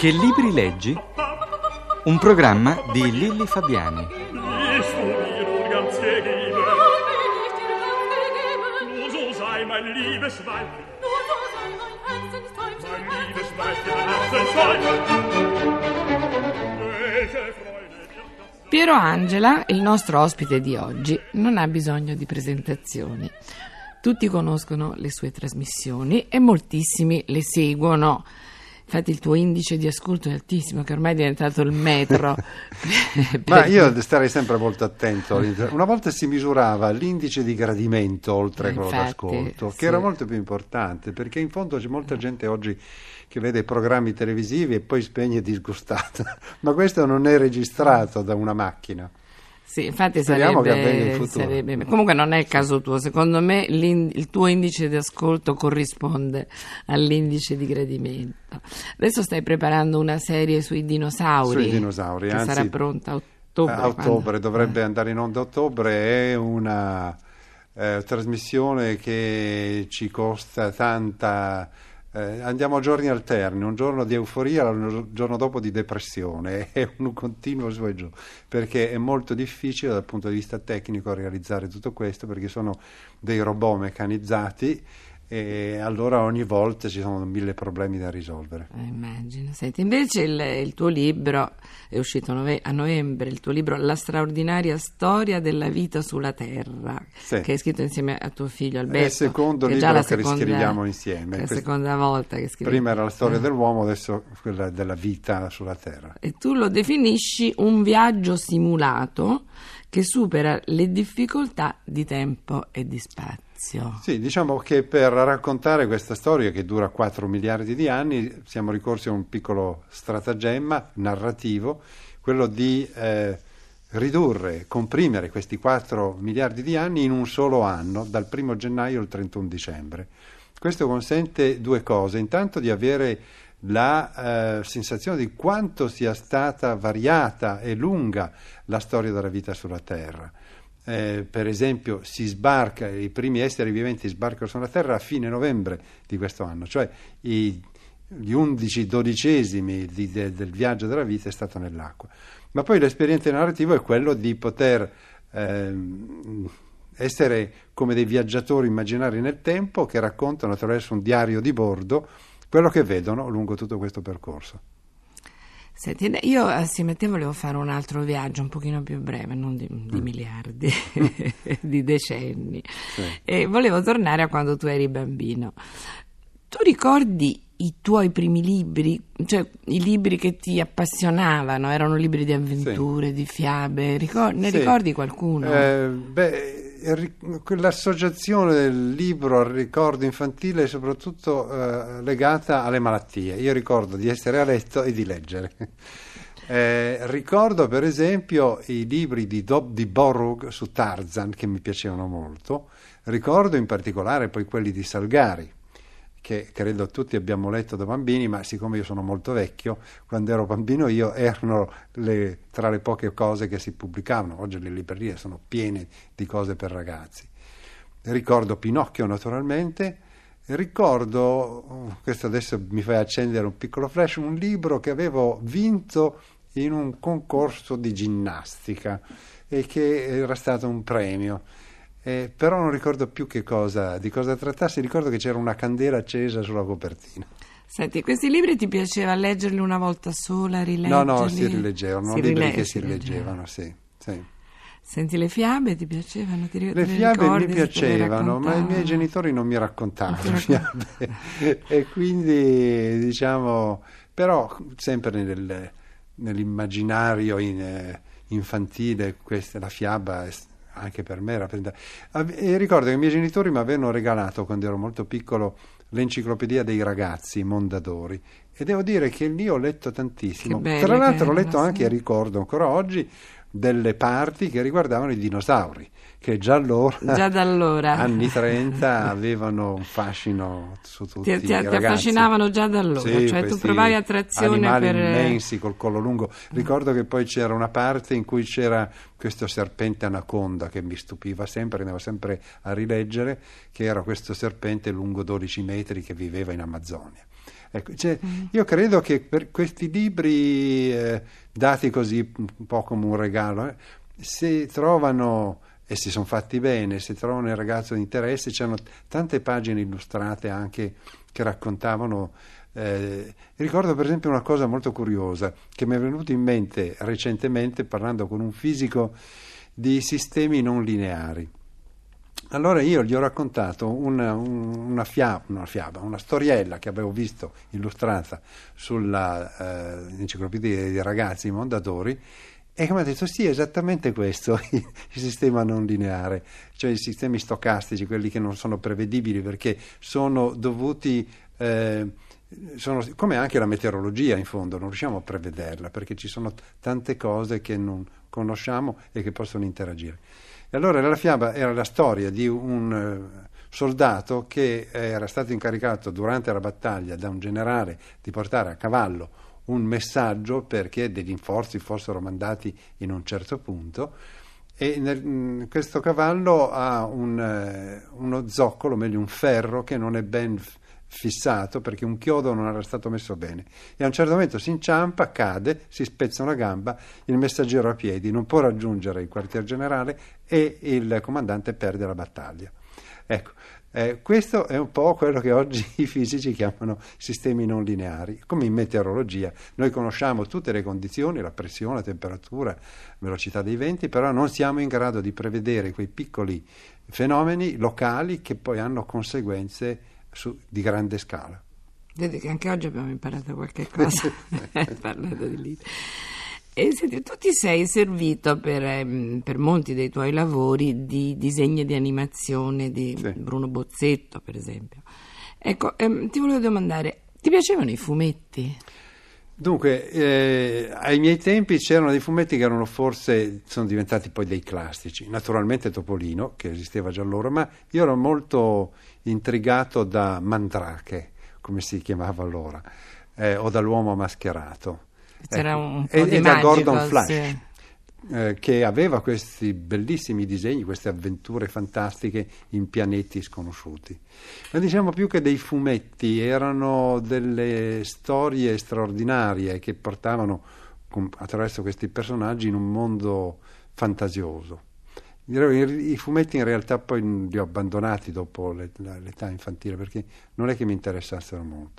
Che libri leggi? Un programma di Lilli Fabiani. Piero Angela, il nostro ospite di oggi, non ha bisogno di presentazioni. Tutti conoscono le sue trasmissioni e moltissimi le seguono. Infatti il tuo indice di ascolto è altissimo, che ormai è diventato il metro. Ma io starei sempre molto attento. Una volta si misurava l'indice di gradimento oltre a quello d'ascolto, sì, che era molto più importante, perché in fondo c'è molta gente oggi che vede programmi televisivi e poi spegne disgustata, ma questo non è registrato da una macchina. Sì, infatti speriamo che avvenga in futuro. Comunque non è il caso tuo, secondo me il tuo indice di ascolto corrisponde all'indice di gradimento. Adesso stai preparando una serie sui dinosauri, che anzi, sarà pronta a ottobre. A ottobre, dovrebbe andare in onda a ottobre, è una trasmissione che ci costa tanta... andiamo a giorni alterni, un giorno di euforia, il giorno dopo di depressione, è un continuo su e giù, perché è molto difficile dal punto di vista tecnico realizzare tutto questo, perché sono dei robot meccanizzati e allora ogni volta ci sono 1000 problemi da risolvere. Immagino. Senti, invece il tuo libro è uscito a novembre, il tuo libro La straordinaria storia della vita sulla Terra, sì, che hai scritto insieme a tuo figlio Alberto. È il secondo libro che riscriviamo insieme. È la seconda volta che scriviamo. Prima era la storia dell'uomo, adesso quella della vita sulla Terra. E tu lo definisci un viaggio simulato che supera le difficoltà di tempo e di spazio. Sì, diciamo che per raccontare questa storia che dura 4 miliardi di anni siamo ricorsi a un piccolo stratagemma narrativo, quello di ridurre, comprimere questi 4 miliardi di anni in un solo anno, dal 1 gennaio al 31 dicembre. Questo consente due cose: intanto di avere la sensazione di quanto sia stata variata e lunga la storia della vita sulla Terra. Per esempio i primi esseri viventi sbarcano sulla Terra a fine novembre di questo anno, cioè gli 11/12 del viaggio della vita è stato nell'acqua. Ma poi l'esperienza narrativa è quello di poter essere come dei viaggiatori immaginari nel tempo, che raccontano attraverso un diario di bordo quello che vedono lungo tutto questo percorso. Senti, io assieme a te volevo fare un altro viaggio un pochino più breve, non di miliardi, di decenni. Sì. E volevo tornare a quando tu eri bambino. Tu ricordi i tuoi primi libri, cioè i libri che ti appassionavano? Erano libri di avventure, sì, di fiabe? Ne sì, ricordi qualcuno? Quell'associazione del libro al ricordo infantile è soprattutto legata alle malattie. Io ricordo di essere a letto e di leggere. Ricordo per esempio i libri di Borug su Tarzan, che mi piacevano molto. Ricordo in particolare poi quelli di Salgari, che credo tutti abbiamo letto da bambini, ma siccome io sono molto vecchio, quando ero bambino io erano tra le poche cose che si pubblicavano. Oggi le librerie sono piene di cose per ragazzi. Ricordo Pinocchio naturalmente, ricordo, questo adesso mi fa accendere un piccolo flash, un libro che avevo vinto in un concorso di ginnastica e che era stato un premio. Però non ricordo più di cosa trattasse, ricordo che c'era una candela accesa sulla copertina. Senti, questi libri ti piaceva leggerli una volta sola, rileggerli? No, si rileggevano, libri che si rileggevano, sì. Senti, le fiabe ti piacevano? Le fiabe mi piacevano, ma i miei genitori non mi raccontavano fiabe. E quindi, diciamo, però sempre nell'immaginario infantile, la fiaba anche per me rappresenta. E ricordo che i miei genitori mi avevano regalato, quando ero molto piccolo, l'enciclopedia dei ragazzi, Mondadori, e devo dire che lì ho letto tantissimo. Tra l'altro ho letto anche, ricordo ancora oggi, delle parti che riguardavano i dinosauri, che già da allora anni 30 avevano un fascino su tutti i ragazzi. Ti affascinavano già da allora, sì, cioè tu provavi attrazione animali per immensi col collo lungo. Ricordo che poi c'era una parte in cui c'era questo serpente anaconda che mi stupiva sempre, andavo sempre a rileggere, che era questo serpente lungo 12 metri che viveva in Amazzonia. Ecco, io credo che per questi libri dati così un po' come un regalo, si trovano e si sono fatti bene, si trovano il ragazzo di interesse, c'erano tante pagine illustrate anche che raccontavano. Ricordo per esempio una cosa molto curiosa che mi è venuta in mente recentemente parlando con un fisico di sistemi non lineari. Allora io gli ho raccontato una storiella che avevo visto illustrata sulla enciclopedia dei ragazzi Mondadori, e che mi ha detto sì, esattamente questo, il sistema non lineare, cioè i sistemi stocastici, quelli che non sono prevedibili perché sono dovuti, sono come anche la meteorologia in fondo, non riusciamo a prevederla perché ci sono tante cose che non conosciamo e che possono interagire. E allora la fiaba era la storia di un soldato che era stato incaricato durante la battaglia da un generale di portare a cavallo un messaggio perché degli rinforzi fossero mandati in un certo punto, e questo cavallo ha uno zoccolo, meglio un ferro che non è ben fissato perché un chiodo non era stato messo bene, e a un certo momento si inciampa, cade, si spezza una gamba, il messaggero a piedi non può raggiungere il quartier generale e il comandante perde la battaglia. Ecco, questo è un po' quello che oggi i fisici chiamano sistemi non lineari. Come in meteorologia, noi conosciamo tutte le condizioni, la pressione, la temperatura, velocità dei venti, però non siamo in grado di prevedere quei piccoli fenomeni locali che poi hanno conseguenze di grande scala. Vedi che anche oggi abbiamo imparato qualche cosa parlando di libri. E senti, tu ti sei servito per molti dei tuoi lavori di disegni di animazione di Bruno Bozzetto, per esempio. Ecco, ti volevo domandare, ti piacevano i fumetti? Dunque, ai miei tempi c'erano dei fumetti che erano forse, sono diventati poi dei classici. Naturalmente Topolino, che esisteva già allora, ma io ero molto intrigato da Mandrake, come si chiamava allora, o dall'Uomo Mascherato. C'era un po' e da Gordon Flash, sì. Che aveva questi bellissimi disegni, queste avventure fantastiche in pianeti sconosciuti. Ma diciamo più che dei fumetti, erano delle storie straordinarie che portavano attraverso questi personaggi in un mondo fantasioso. I fumetti in realtà poi li ho abbandonati dopo l'età infantile perché non è che mi interessassero molto.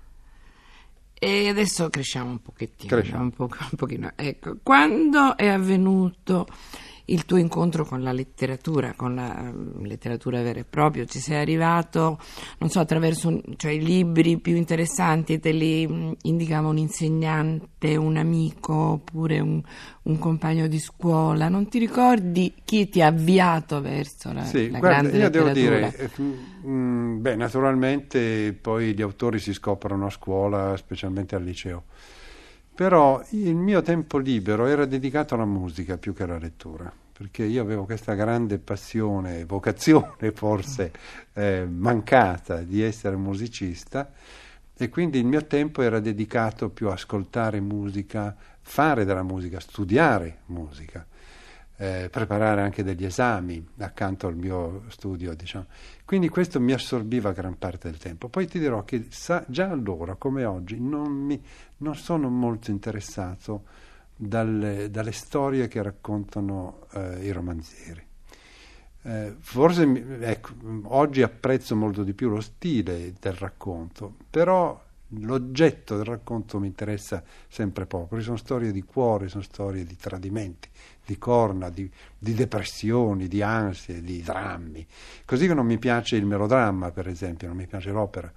E adesso cresciamo un pochettino. Un pochino. Ecco, quando è avvenuto il tuo incontro con la letteratura vera e propria? Ci sei arrivato, non so, attraverso cioè i libri più interessanti te li indicava un insegnante, un amico, oppure un compagno di scuola? Non ti ricordi chi ti ha avviato verso la grande io letteratura? Devo dire, naturalmente poi gli autori si scoprono a scuola, specialmente al liceo. Però il mio tempo libero era dedicato alla musica più che alla lettura, perché io avevo questa grande passione, vocazione forse mancata di essere musicista, e quindi il mio tempo era dedicato più a ascoltare musica, fare della musica, studiare musica, preparare anche degli esami accanto al mio studio, diciamo. Quindi questo mi assorbiva gran parte del tempo. Poi ti dirò che già allora, come oggi, non sono molto interessato dalle storie che raccontano i romanzieri. Forse oggi apprezzo molto di più lo stile del racconto, però l'oggetto del racconto mi interessa sempre poco, perché sono storie di cuore, sono storie di tradimenti, di corna, di depressioni, di ansie, di drammi. Così che non mi piace il melodramma, per esempio, non mi piace l'opera.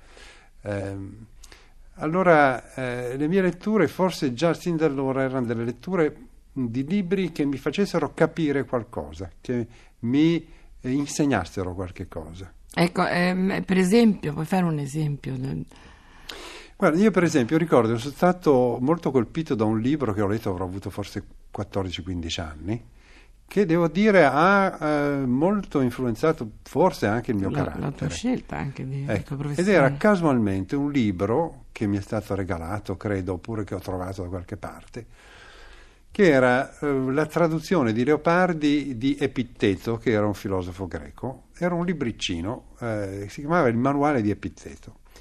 Allora le mie letture forse già sin da allora erano delle letture di libri che mi facessero capire qualcosa, che mi insegnassero qualche cosa. Ecco, per esempio, puoi fare un esempio? Guarda, io per esempio ricordo, sono stato molto colpito da un libro che ho letto, avrò avuto forse 14-15 anni, che devo dire ha molto influenzato forse anche il mio carattere. La tua scelta anche di tua professione. Ed era casualmente un libro che mi è stato regalato, credo, oppure che ho trovato da qualche parte, che era la traduzione di Leopardi di Epitteto, che era un filosofo greco. Era un libricino, si chiamava Il manuale di Epitteto.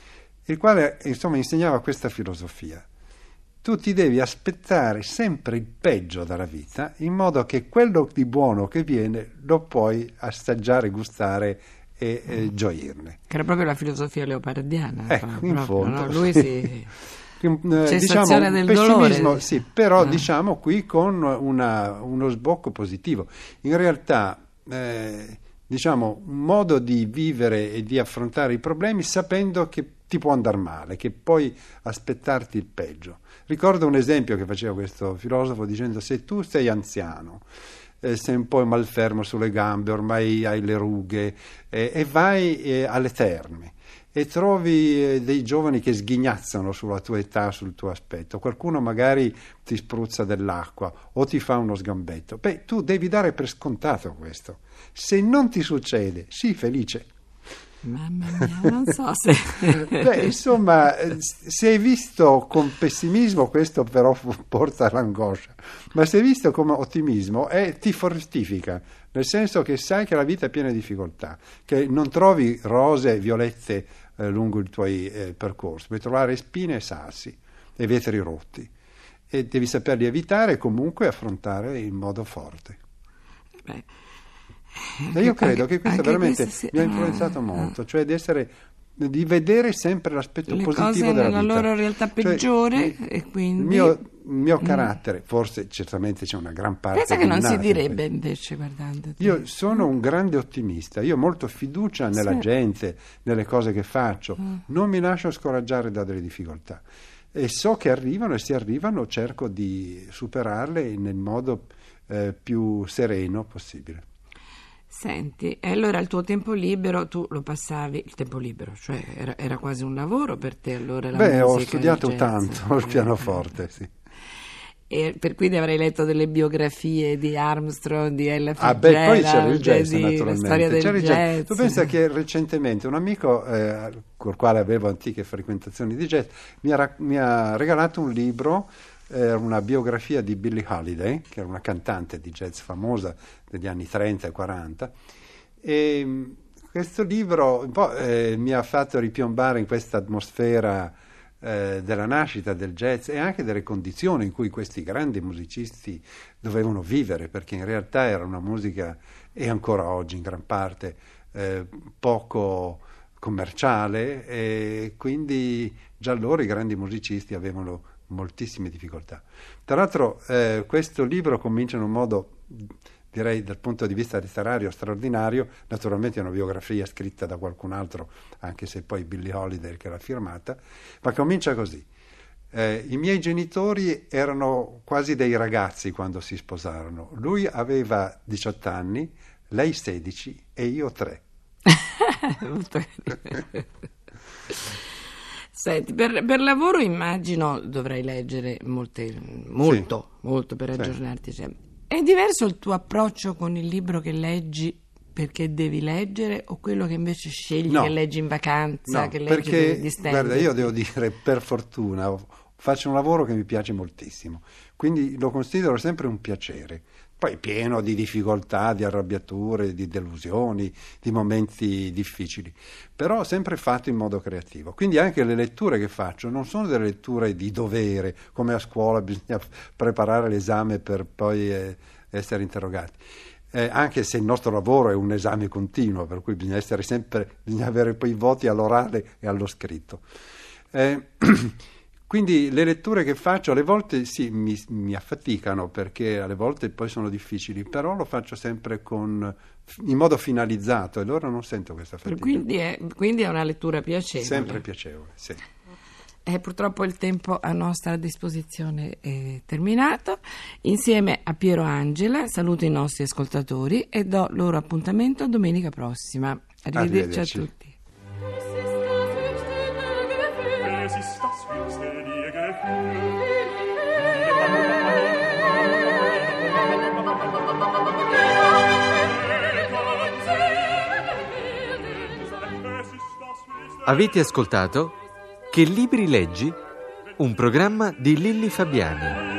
il quale insomma insegnava questa filosofia. Tu ti devi aspettare sempre il peggio dalla vita, in modo che quello di buono che viene lo puoi assaggiare, gustare e gioirne. Che era proprio la filosofia leopardiana. Ecco, in proprio, fondo. no? Lui si... Diciamo del pessimismo, dolore. sì, però diciamo qui con uno sbocco positivo. In realtà, diciamo, un modo di vivere e di affrontare i problemi sapendo che ti può andare male, che puoi aspettarti il peggio. Ricordo un esempio che faceva questo filosofo dicendo: se tu sei anziano, sei un po' malfermo sulle gambe, ormai hai le rughe e vai alle terme e trovi dei giovani che sghignazzano sulla tua età, sul tuo aspetto, qualcuno magari ti spruzza dell'acqua o ti fa uno sgambetto, beh, tu devi dare per scontato questo. Se non ti succede, sii felice. Mamma mia, non so se... Beh, insomma, se hai visto con pessimismo, questo però porta all'angoscia, ma se hai visto come ottimismo, ti fortifica, nel senso che sai che la vita è piena di difficoltà, che non trovi rose e violette lungo il tuo percorso, puoi trovare spine e sassi e vetri rotti, e devi saperli evitare e comunque affrontare in modo forte. Beh, Io credo che questo veramente mi ha influenzato influenzato molto, cioè di vedere sempre l'aspetto le positivo cose della nella vita. loro realtà peggiore, e quindi Il mio carattere, forse certamente c'è una gran parte pensa che non si innata, direbbe invece, guardandoti. Io sono un grande ottimista, io ho molto fiducia nella Sì. gente, nelle cose che faccio, non mi lascio scoraggiare da delle difficoltà e so che arrivano, e se arrivano cerco di superarle nel modo più sereno possibile. Senti, e allora il tuo tempo libero tu lo passavi, il tempo libero, cioè era quasi un lavoro per te allora la musica, Ho studiato il jazz? tanto il pianoforte, sì. E per cui avrei letto delle biografie di Armstrong, di Ella Ah, beh, poi c'era Fitzgerald, il jazz, la naturalmente. storia del C'era il jazz. Tu pensa che recentemente un amico col quale avevo antiche frequentazioni di jazz mi ha regalato un libro, una biografia di Billie Holiday, che era una cantante di jazz famosa degli anni 30 e 40, e questo libro un po' mi ha fatto ripiombare in questa atmosfera della nascita del jazz e anche delle condizioni in cui questi grandi musicisti dovevano vivere, perché in realtà era una musica, e ancora oggi in gran parte, poco commerciale, e quindi già allora i grandi musicisti avevano moltissime difficoltà. Tra l'altro questo libro comincia in un modo, direi dal punto di vista letterario, straordinario. Naturalmente è una biografia scritta da qualcun altro, anche se poi Billie Holiday che l'ha firmata, ma comincia così: i miei genitori erano quasi dei ragazzi quando si sposarono, lui aveva 18 anni, lei 16 e io 3. Senti, per lavoro immagino dovrai leggere molto per aggiornarti sempre. È diverso il tuo approccio con il libro che leggi perché devi leggere, o quello che invece scegli, che leggi in vacanza, che leggi per distenderti? Guarda, io devo dire, per fortuna faccio un lavoro che mi piace moltissimo, quindi lo considero sempre un piacere, poi pieno di difficoltà, di arrabbiature, di delusioni, di momenti difficili, però sempre fatto in modo creativo. Quindi anche le letture che faccio non sono delle letture di dovere, come a scuola bisogna preparare l'esame per poi essere interrogati. Anche se il nostro lavoro è un esame continuo, per cui bisogna avere poi i voti all'orale e allo scritto. Quindi le letture che faccio alle volte sì, mi affaticano, perché alle volte poi sono difficili, però lo faccio sempre in modo finalizzato, e allora non sento questa fatica. Quindi è una lettura piacevole. Sempre piacevole, sì. Purtroppo il tempo a nostra disposizione è terminato. Insieme a Piero Angela saluto i nostri ascoltatori e do loro appuntamento domenica prossima. Arrivederci a tutti. Avete ascoltato Che libri leggi? Un programma di Lilli Fabiani.